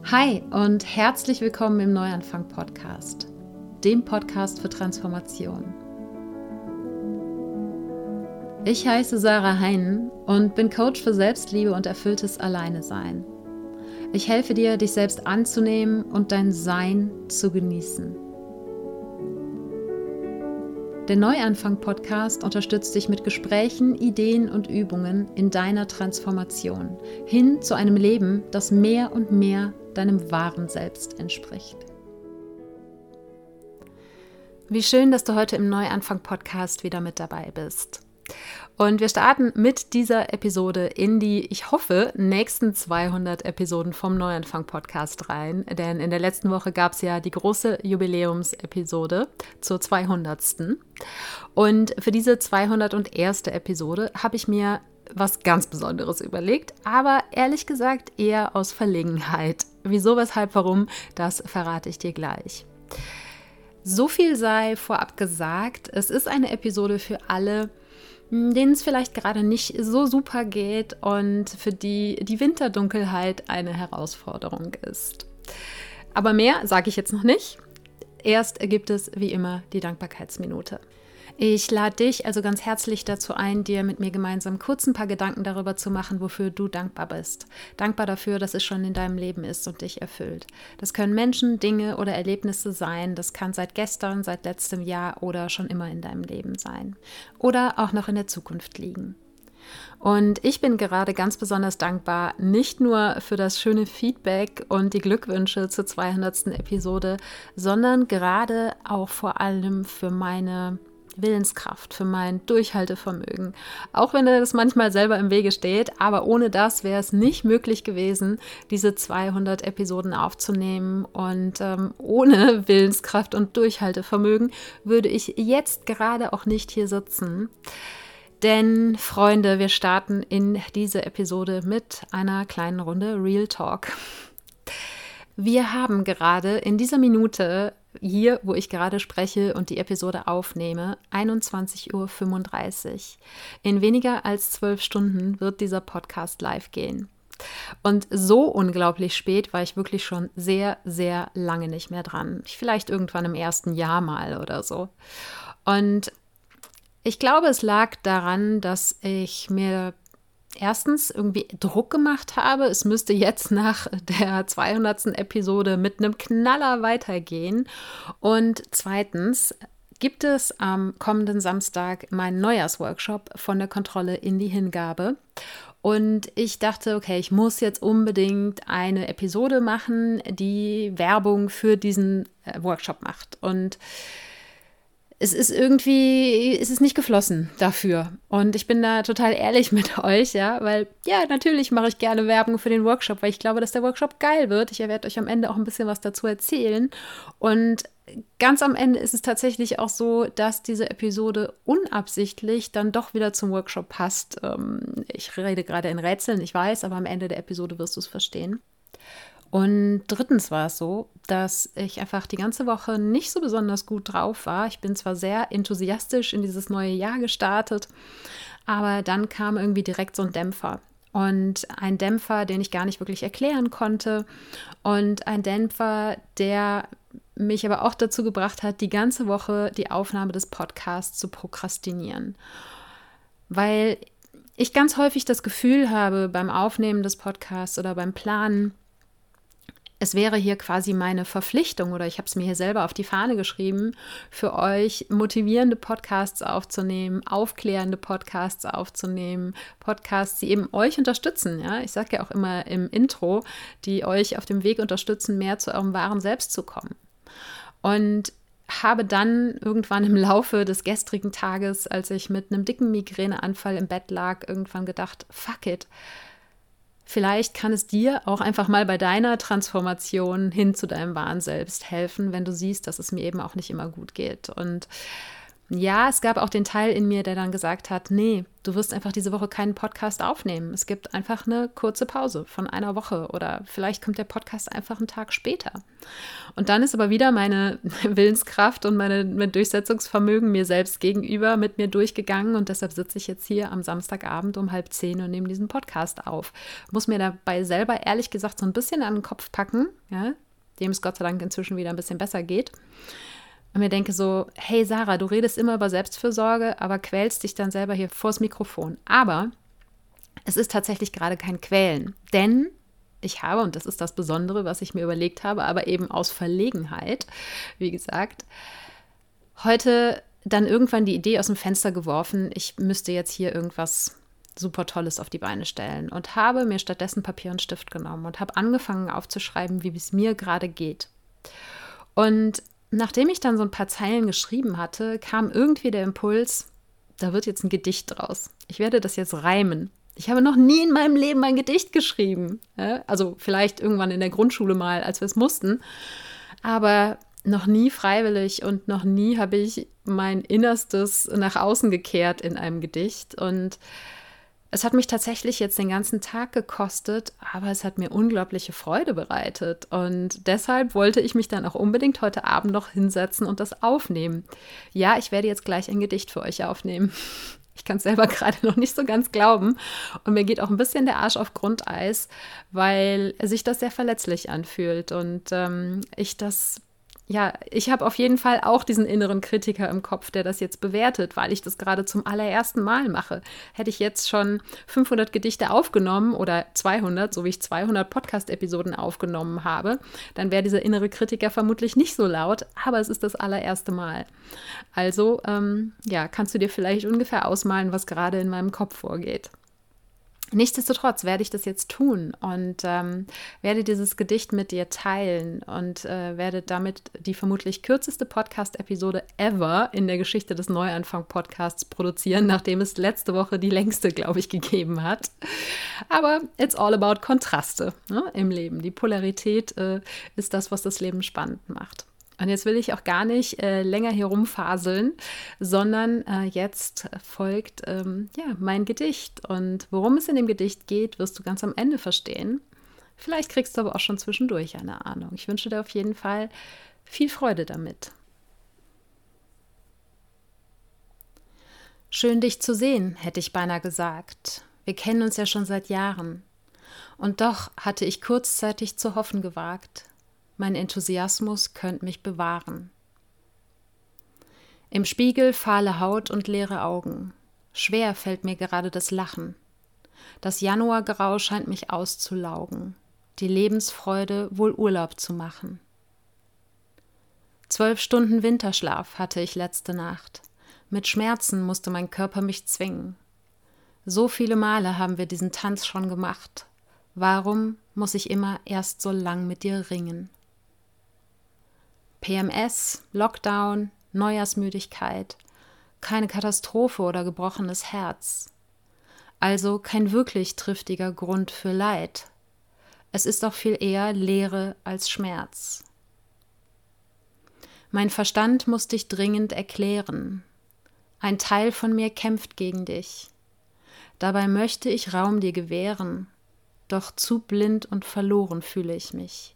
Hi und herzlich willkommen im Neuanfang-Podcast, dem Podcast für Transformation. Ich heiße Sarah Heinen und bin Coach für Selbstliebe und erfülltes Alleinesein. Ich helfe dir, dich selbst anzunehmen und dein Sein zu genießen. Der Neuanfang-Podcast unterstützt dich mit Gesprächen, Ideen und Übungen in deiner Transformation hin zu einem Leben, das mehr und mehr deinem wahren Selbst entspricht. Wie schön, dass du heute im Neuanfang-Podcast wieder mit dabei bist. Und wir starten mit dieser Episode in die, ich hoffe, nächsten 200 Episoden vom Neuanfang-Podcast rein. Denn in der letzten Woche gab es ja die große Jubiläumsepisode zur 200. Und für diese 201. Episode habe ich mir was ganz Besonderes überlegt, aber ehrlich gesagt eher aus Verlegenheit. Wieso, weshalb, warum, das verrate ich dir gleich. So viel sei vorab gesagt, es ist eine Episode für alle, denen es vielleicht gerade nicht so super geht und für die die Winterdunkelheit eine Herausforderung ist. Aber mehr sage ich jetzt noch nicht. Erst gibt es wie immer die Dankbarkeitsminute. Ich lade dich also ganz herzlich dazu ein, dir mit mir gemeinsam kurz ein paar Gedanken darüber zu machen, wofür du dankbar bist. Dankbar dafür, dass es schon in deinem Leben ist und dich erfüllt. Das können Menschen, Dinge oder Erlebnisse sein. Das kann seit gestern, seit letztem Jahr oder schon immer in deinem Leben sein. Oder auch noch in der Zukunft liegen. Und ich bin gerade ganz besonders dankbar, nicht nur für das schöne Feedback und die Glückwünsche zur 200. Episode, sondern gerade auch vor allem für meine Willenskraft, für mein Durchhaltevermögen. Auch wenn das manchmal selber im Wege steht, aber ohne das wäre es nicht möglich gewesen, diese 200 Episoden aufzunehmen. Und ohne Willenskraft und Durchhaltevermögen würde ich jetzt gerade auch nicht hier sitzen. Denn, Freunde, wir starten in diese Episode mit einer kleinen Runde Real Talk. Wir haben gerade in dieser Minute hier, wo ich gerade spreche und die Episode aufnehme, 21:35 Uhr. In weniger als 12 Stunden wird dieser Podcast live gehen. Und so unglaublich spät war ich wirklich schon sehr, sehr lange nicht mehr dran. Vielleicht irgendwann im ersten Jahr mal oder so. Und ich glaube, es lag daran, dass ich mir erstens irgendwie Druck gemacht habe, es müsste jetzt nach der 200. Episode mit einem Knaller weitergehen. Und zweitens gibt es am kommenden Samstag meinen Neujahrsworkshop von der Kontrolle in die Hingabe. Und ich dachte, okay, ich muss jetzt unbedingt eine Episode machen, die Werbung für diesen Workshop macht. Und es ist nicht geflossen dafür. Und ich bin da total ehrlich mit euch, ja, weil, ja, natürlich mache ich gerne Werbung für den Workshop, weil ich glaube, dass der Workshop geil wird. Ich werde euch am Ende auch ein bisschen was dazu erzählen. Und ganz am Ende ist es tatsächlich auch so, dass diese Episode unabsichtlich dann doch wieder zum Workshop passt. Ich rede gerade in Rätseln, ich weiß, aber am Ende der Episode wirst du es verstehen. Und drittens war es so, dass ich einfach die ganze Woche nicht so besonders gut drauf war. Ich bin zwar sehr enthusiastisch in dieses neue Jahr gestartet, aber dann kam irgendwie direkt so ein Dämpfer. Und ein Dämpfer, den ich gar nicht wirklich erklären konnte. Und ein Dämpfer, der mich aber auch dazu gebracht hat, die ganze Woche die Aufnahme des Podcasts zu prokrastinieren. Weil ich ganz häufig das Gefühl habe, beim Aufnehmen des Podcasts oder beim Planen, es wäre hier quasi meine Verpflichtung oder ich habe es mir hier selber auf die Fahne geschrieben, für euch motivierende Podcasts aufzunehmen, aufklärende Podcasts aufzunehmen, Podcasts, die eben euch unterstützen. Ja? Ich sage ja auch immer im Intro, die euch auf dem Weg unterstützen, mehr zu eurem wahren Selbst zu kommen. Und habe dann irgendwann im Laufe des gestrigen Tages, als ich mit einem dicken Migräneanfall im Bett lag, irgendwann gedacht, fuck it. Vielleicht kann es dir auch einfach mal bei deiner Transformation hin zu deinem wahren Selbst helfen, wenn du siehst, dass es mir eben auch nicht immer gut geht. Und Ja, es gab auch den Teil in mir, der dann gesagt hat, nee, du wirst einfach diese Woche keinen Podcast aufnehmen. Es gibt einfach eine kurze Pause von einer Woche oder vielleicht kommt der Podcast einfach einen Tag später. Und dann ist aber wieder meine Willenskraft und mein Durchsetzungsvermögen mir selbst gegenüber mit mir durchgegangen und deshalb sitze ich jetzt hier am Samstagabend um 9:30 und nehme diesen Podcast auf. Muss mir dabei selber ehrlich gesagt so ein bisschen an den Kopf packen, ja, dem es Gott sei Dank inzwischen wieder ein bisschen besser geht. Und mir denke so, hey Sarah, du redest immer über Selbstfürsorge, aber quälst dich dann selber hier vors Mikrofon. Aber es ist tatsächlich gerade kein Quälen, denn ich habe, und das ist das Besondere, was ich mir überlegt habe, aber eben aus Verlegenheit, wie gesagt, heute dann irgendwann die Idee aus dem Fenster geworfen, ich müsste jetzt hier irgendwas super Tolles auf die Beine stellen und habe mir stattdessen Papier und Stift genommen und habe angefangen aufzuschreiben, wie es mir gerade geht. Und nachdem ich dann so ein paar Zeilen geschrieben hatte, kam irgendwie der Impuls, da wird jetzt ein Gedicht draus. Ich werde das jetzt reimen. Ich habe noch nie in meinem Leben ein Gedicht geschrieben. Also vielleicht irgendwann in der Grundschule mal, als wir es mussten. Aber noch nie freiwillig und noch nie habe ich mein Innerstes nach außen gekehrt in einem Gedicht. Und es hat mich tatsächlich jetzt den ganzen Tag gekostet, aber es hat mir unglaubliche Freude bereitet. Und deshalb wollte ich mich dann auch unbedingt heute Abend noch hinsetzen und das aufnehmen. Ja, ich werde jetzt gleich ein Gedicht für euch aufnehmen. Ich kann es selber gerade noch nicht so ganz glauben. Und mir geht auch ein bisschen der Arsch auf Grundeis, weil sich das sehr verletzlich anfühlt. Und ich habe auf jeden Fall auch diesen inneren Kritiker im Kopf, der das jetzt bewertet, weil ich das gerade zum allerersten Mal mache. Hätte ich jetzt schon 500 Gedichte aufgenommen oder 200, so wie ich 200 Podcast-Episoden aufgenommen habe, dann wäre dieser innere Kritiker vermutlich nicht so laut, aber es ist das allererste Mal. Also, kannst du dir vielleicht ungefähr ausmalen, was gerade in meinem Kopf vorgeht. Nichtsdestotrotz werde ich das jetzt tun und werde dieses Gedicht mit dir teilen und werde damit die vermutlich kürzeste Podcast-Episode ever in der Geschichte des Neuanfang-Podcasts produzieren, nachdem es letzte Woche die längste, glaube ich, gegeben hat. Aber it's all about Kontraste, ne, im Leben. Die Polarität ist das, was das Leben spannend macht. Und jetzt will ich auch gar nicht länger hier rumfaseln, sondern jetzt folgt mein Gedicht. Und worum es in dem Gedicht geht, wirst du ganz am Ende verstehen. Vielleicht kriegst du aber auch schon zwischendurch eine Ahnung. Ich wünsche dir auf jeden Fall viel Freude damit. Schön, dich zu sehen, hätte ich beinahe gesagt. Wir kennen uns ja schon seit Jahren. Und doch hatte ich kurzzeitig zu hoffen gewagt, mein Enthusiasmus könnt mich bewahren. Im Spiegel fahle Haut und leere Augen. Schwer fällt mir gerade das Lachen. Das Januargrau scheint mich auszulaugen, die Lebensfreude wohl Urlaub zu machen. 12 Stunden Winterschlaf hatte ich letzte Nacht. Mit Schmerzen musste mein Körper mich zwingen. So viele Male haben wir diesen Tanz schon gemacht. Warum muss ich immer erst so lang mit dir ringen? PMS, Lockdown, Neujahrsmüdigkeit, keine Katastrophe oder gebrochenes Herz. Also kein wirklich triftiger Grund für Leid. Es ist auch viel eher Leere als Schmerz. Mein Verstand muss dich dringend erklären. Ein Teil von mir kämpft gegen dich. Dabei möchte ich Raum dir gewähren, doch zu blind und verloren fühle ich mich.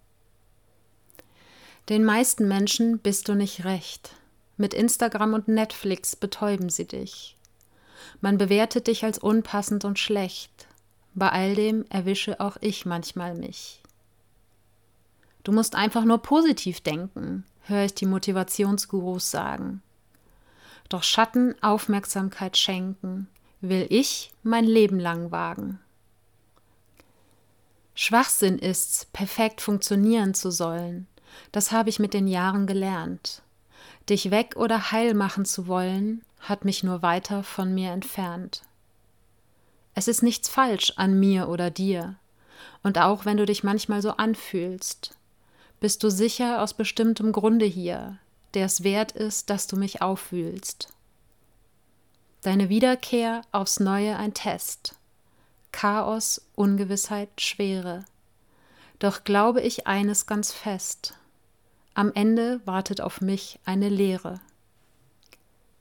Den meisten Menschen bist du nicht recht. Mit Instagram und Netflix betäuben sie dich. Man bewertet dich als unpassend und schlecht. Bei all dem erwische auch ich manchmal mich. Du musst einfach nur positiv denken, höre ich die Motivationsgurus sagen. Doch Schatten Aufmerksamkeit schenken, will ich mein Leben lang wagen. Schwachsinn ist's, perfekt funktionieren zu sollen. Das habe ich mit den Jahren gelernt. Dich weg oder heil machen zu wollen, hat mich nur weiter von mir entfernt. Es ist nichts falsch an mir oder dir. Und auch wenn du dich manchmal so anfühlst, bist du sicher aus bestimmtem Grunde hier, der es wert ist, dass du mich aufwühlst. Deine Wiederkehr aufs Neue ein Test. Chaos, Ungewissheit, Schwere. Doch glaube ich eines ganz fest. Am Ende wartet auf mich eine Lehre.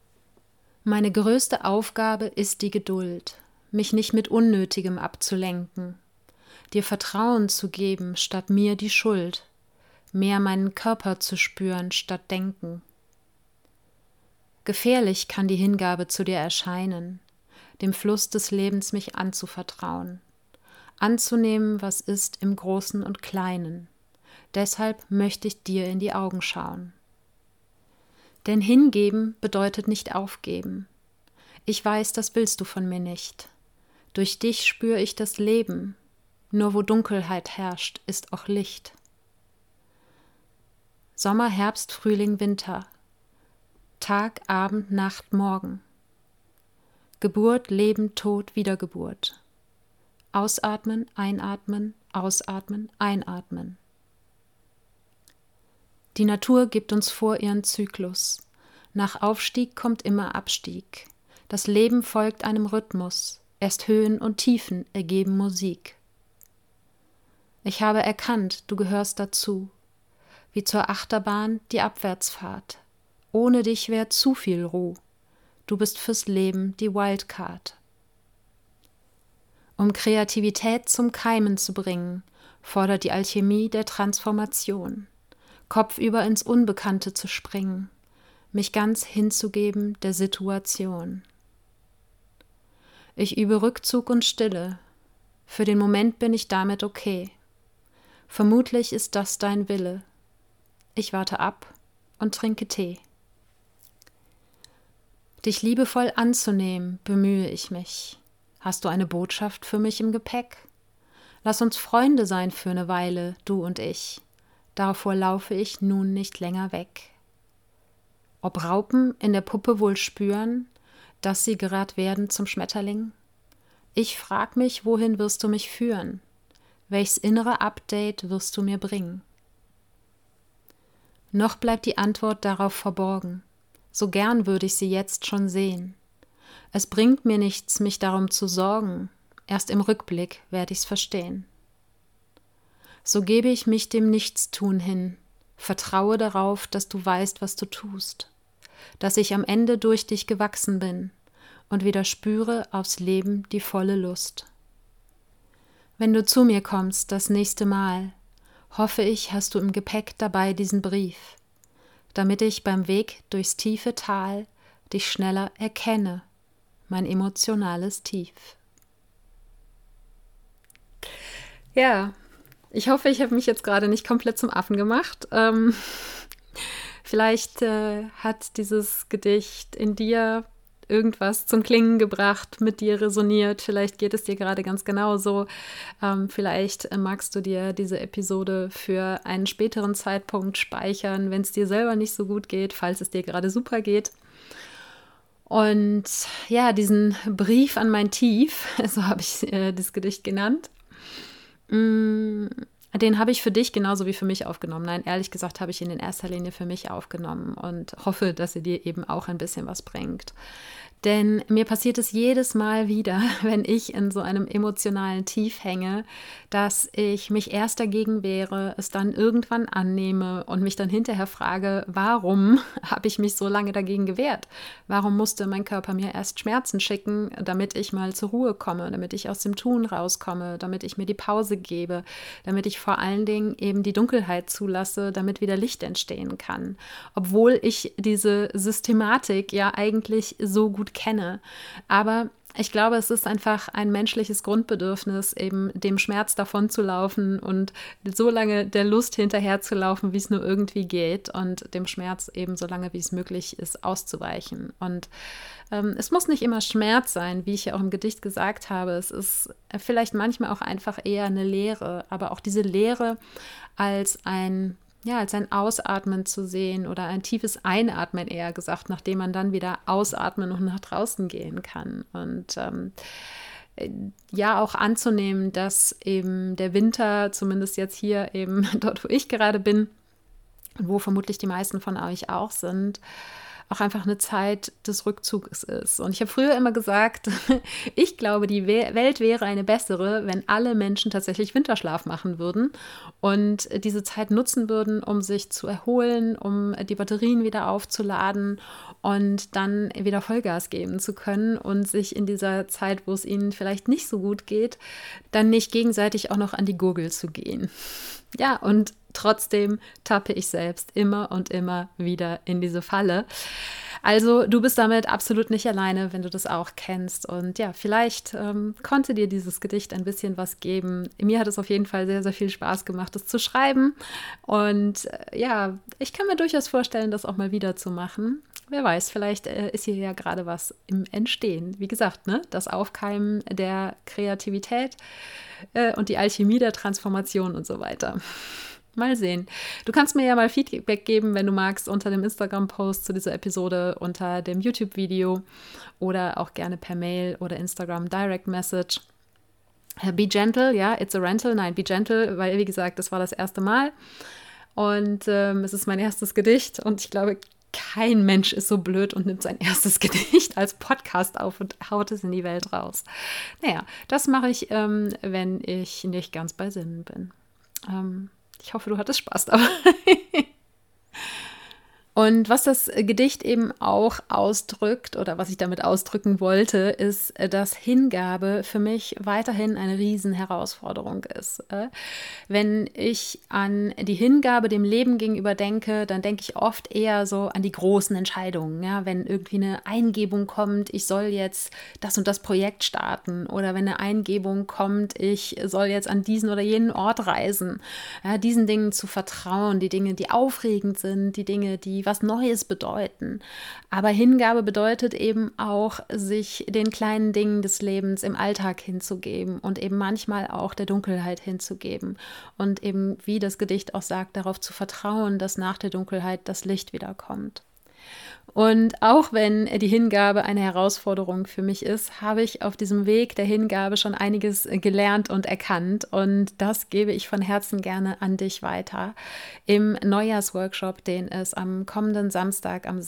Meine größte Aufgabe ist die Geduld, mich nicht mit Unnötigem abzulenken, dir Vertrauen zu geben, statt mir die Schuld, mehr meinen Körper zu spüren, statt denken. Gefährlich kann die Hingabe zu dir erscheinen, dem Fluss des Lebens mich anzuvertrauen, anzunehmen, was ist im Großen und Kleinen. Deshalb möchte ich dir in die Augen schauen. Denn hingeben bedeutet nicht aufgeben. Ich weiß, das willst du von mir nicht. Durch dich spüre ich das Leben. Nur wo Dunkelheit herrscht, ist auch Licht. Sommer, Herbst, Frühling, Winter. Tag, Abend, Nacht, Morgen. Geburt, Leben, Tod, Wiedergeburt. Ausatmen, einatmen, ausatmen, einatmen. Die Natur gibt uns vor ihren Zyklus. Nach Aufstieg kommt immer Abstieg. Das Leben folgt einem Rhythmus. Erst Höhen und Tiefen ergeben Musik. Ich habe erkannt, du gehörst dazu. Wie zur Achterbahn die Abwärtsfahrt. Ohne dich wär zu viel Ruhe. Du bist fürs Leben die Wildcard. Um Kreativität zum Keimen zu bringen, fordert die Alchemie der Transformation. Kopfüber ins Unbekannte zu springen, mich ganz hinzugeben der Situation. Ich übe Rückzug und Stille. Für den Moment bin ich damit okay. Vermutlich ist das dein Wille. Ich warte ab und trinke Tee. Dich liebevoll anzunehmen, bemühe ich mich. Hast du eine Botschaft für mich im Gepäck? Lass uns Freunde sein für eine Weile, du und ich. Davor laufe ich nun nicht länger weg. Ob Raupen in der Puppe wohl spüren, dass sie gerad werden zum Schmetterling? Ich frag mich, wohin wirst du mich führen? Welches innere Update wirst du mir bringen? Noch bleibt die Antwort darauf verborgen. So gern würde ich sie jetzt schon sehen. Es bringt mir nichts, mich darum zu sorgen. Erst im Rückblick werde ich's verstehen. So gebe ich mich dem Nichtstun hin, vertraue darauf, dass du weißt, was du tust, dass ich am Ende durch dich gewachsen bin und wieder spüre aufs Leben die volle Lust. Wenn du zu mir kommst das nächste Mal, hoffe ich, hast du im Gepäck dabei diesen Brief, damit ich beim Weg durchs tiefe Tal dich schneller erkenne, mein emotionales Tief. Ja, ich hoffe, ich habe mich jetzt gerade nicht komplett zum Affen gemacht. Vielleicht hat dieses Gedicht in dir irgendwas zum Klingen gebracht, mit dir resoniert. Vielleicht geht es dir gerade ganz genauso. Vielleicht magst du dir diese Episode für einen späteren Zeitpunkt speichern, wenn es dir selber nicht so gut geht, falls es dir gerade super geht. Und ja, diesen Brief an mein Tief, so habe ich das Gedicht genannt, den habe ich für dich genauso wie für mich aufgenommen. Nein, ehrlich gesagt habe ich ihn in erster Linie für mich aufgenommen und hoffe, dass er dir eben auch ein bisschen was bringt. Denn mir passiert es jedes Mal wieder, wenn ich in so einem emotionalen Tief hänge, dass ich mich erst dagegen wehre, es dann irgendwann annehme und mich dann hinterher frage, warum habe ich mich so lange dagegen gewehrt? Warum musste mein Körper mir erst Schmerzen schicken, damit ich mal zur Ruhe komme, damit ich aus dem Tun rauskomme, damit ich mir die Pause gebe, damit ich vor allen Dingen eben die Dunkelheit zulasse, damit wieder Licht entstehen kann. Obwohl ich diese Systematik ja eigentlich so gut kenne. Aber ich glaube, es ist einfach ein menschliches Grundbedürfnis, eben dem Schmerz davonzulaufen und so lange der Lust hinterherzulaufen, wie es nur irgendwie geht und dem Schmerz eben so lange, wie es möglich ist, auszuweichen. Und es muss nicht immer Schmerz sein, wie ich ja auch im Gedicht gesagt habe. Es ist vielleicht manchmal auch einfach eher eine Leere, aber auch diese Leere als ein Ausatmen zu sehen oder ein tiefes Einatmen eher gesagt, nachdem man dann wieder ausatmen und nach draußen gehen kann. Und auch anzunehmen, dass eben der Winter, zumindest jetzt hier eben dort, wo ich gerade bin und wo vermutlich die meisten von euch auch sind, auch einfach eine Zeit des Rückzugs ist. Und ich habe früher immer gesagt, ich glaube, die Welt wäre eine bessere, wenn alle Menschen tatsächlich Winterschlaf machen würden und diese Zeit nutzen würden, um sich zu erholen, um die Batterien wieder aufzuladen und dann wieder Vollgas geben zu können und sich in dieser Zeit, wo es ihnen vielleicht nicht so gut geht, dann nicht gegenseitig auch noch an die Gurgel zu gehen. Ja, und trotzdem tappe ich selbst immer und immer wieder in diese Falle. Also du bist damit absolut nicht alleine, wenn du das auch kennst. Und ja, vielleicht konnte dir dieses Gedicht ein bisschen was geben. Mir hat es auf jeden Fall sehr, sehr viel Spaß gemacht, es zu schreiben. Und ja, ich kann mir durchaus vorstellen, das auch mal wieder zu machen. Wer weiß, vielleicht ist hier ja gerade was im Entstehen. Wie gesagt, ne, das Aufkeimen der Kreativität und die Alchemie der Transformation und so weiter. Mal sehen. Du kannst mir ja mal Feedback geben, wenn du magst, unter dem Instagram-Post zu dieser Episode, unter dem YouTube-Video oder auch gerne per Mail oder Instagram Direct Message. Be gentle, ja, it's a rental. Nein, be gentle, weil, wie gesagt, das war das erste Mal. Und es ist mein erstes Gedicht und ich glaube, kein Mensch ist so blöd und nimmt sein erstes Gedicht als Podcast auf und haut es in die Welt raus. Naja, das mache ich, wenn ich nicht ganz bei Sinnen bin. Ich hoffe, du hattest Spaß dabei. Und was das Gedicht eben auch ausdrückt oder was ich damit ausdrücken wollte, ist, dass Hingabe für mich weiterhin eine Riesenherausforderung ist. Wenn ich an die Hingabe dem Leben gegenüber denke, dann denke ich oft eher so an die großen Entscheidungen. Ja? Wenn irgendwie eine Eingebung kommt, ich soll jetzt das und das Projekt starten, oder wenn eine Eingebung kommt, ich soll jetzt an diesen oder jenen Ort reisen. Ja, diesen Dingen zu vertrauen, die Dinge, die aufregend sind, die Dinge, die was Neues bedeuten. Aber Hingabe bedeutet eben auch, sich den kleinen Dingen des Lebens im Alltag hinzugeben und eben manchmal auch der Dunkelheit hinzugeben. Und eben, wie das Gedicht auch sagt, darauf zu vertrauen, dass nach der Dunkelheit das Licht wiederkommt. Und auch wenn die Hingabe eine Herausforderung für mich ist, habe ich auf diesem Weg der Hingabe schon einiges gelernt und erkannt. Und das gebe ich von Herzen gerne an dich weiter im Neujahrsworkshop, den es am kommenden Samstag, am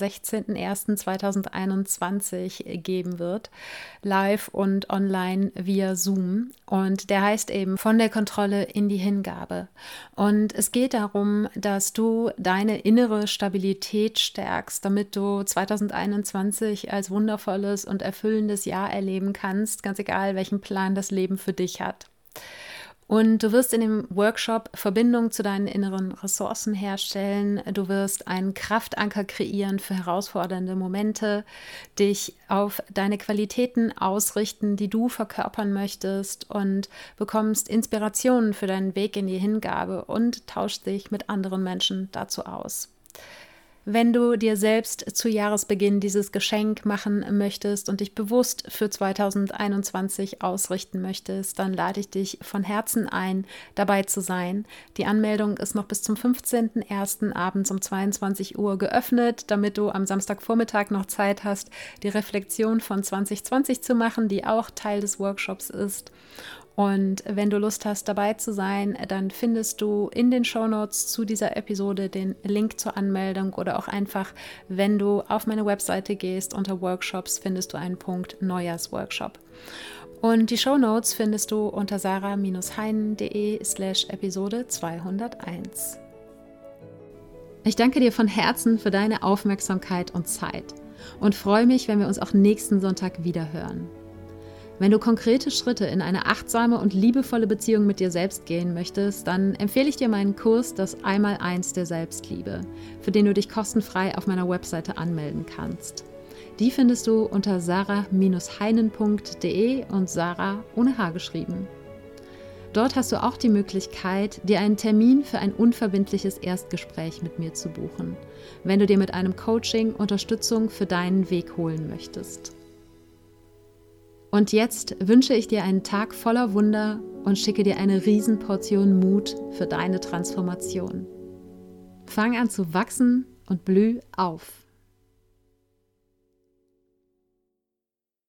16.01.2021 geben wird, live und online via Zoom. Und der heißt eben von der Kontrolle in die Hingabe. Und es geht darum, dass du deine innere Stabilität stärkst, damit du 2021 als wundervolles und erfüllendes Jahr erleben kannst, ganz egal, welchen Plan das Leben für dich hat. Und du wirst in dem Workshop Verbindung zu deinen inneren Ressourcen herstellen. Du wirst einen Kraftanker kreieren für herausfordernde Momente, dich auf deine Qualitäten ausrichten, die du verkörpern möchtest, und bekommst Inspirationen für deinen Weg in die Hingabe und tauschst dich mit anderen Menschen dazu aus. Wenn du dir selbst zu Jahresbeginn dieses Geschenk machen möchtest und dich bewusst für 2021 ausrichten möchtest, dann lade ich dich von Herzen ein, dabei zu sein. Die Anmeldung ist noch bis zum 15.01. abends um 22 Uhr geöffnet, damit du am Samstagvormittag noch Zeit hast, die Reflexion von 2020 zu machen, die auch Teil des Workshops ist. Und wenn du Lust hast, dabei zu sein, dann findest du in den Shownotes zu dieser Episode den Link zur Anmeldung, oder auch einfach, wenn du auf meine Webseite gehst, unter Workshops findest du einen Punkt Neujahrsworkshop. Und die Shownotes findest du unter sarah-heinen.de/Episode 201. Ich danke dir von Herzen für deine Aufmerksamkeit und Zeit und freue mich, wenn wir uns auch nächsten Sonntag wieder hören. Wenn du konkrete Schritte in eine achtsame und liebevolle Beziehung mit dir selbst gehen möchtest, dann empfehle ich dir meinen Kurs Das Einmaleins der Selbstliebe, für den du dich kostenfrei auf meiner Webseite anmelden kannst. Die findest du unter sarah-heinen.de und Sarah ohne H geschrieben. Dort hast du auch die Möglichkeit, dir einen Termin für ein unverbindliches Erstgespräch mit mir zu buchen, wenn du dir mit einem Coaching Unterstützung für deinen Weg holen möchtest. Und jetzt wünsche ich dir einen Tag voller Wunder und schicke dir eine Riesenportion Mut für deine Transformation. Fang an zu wachsen und blüh auf.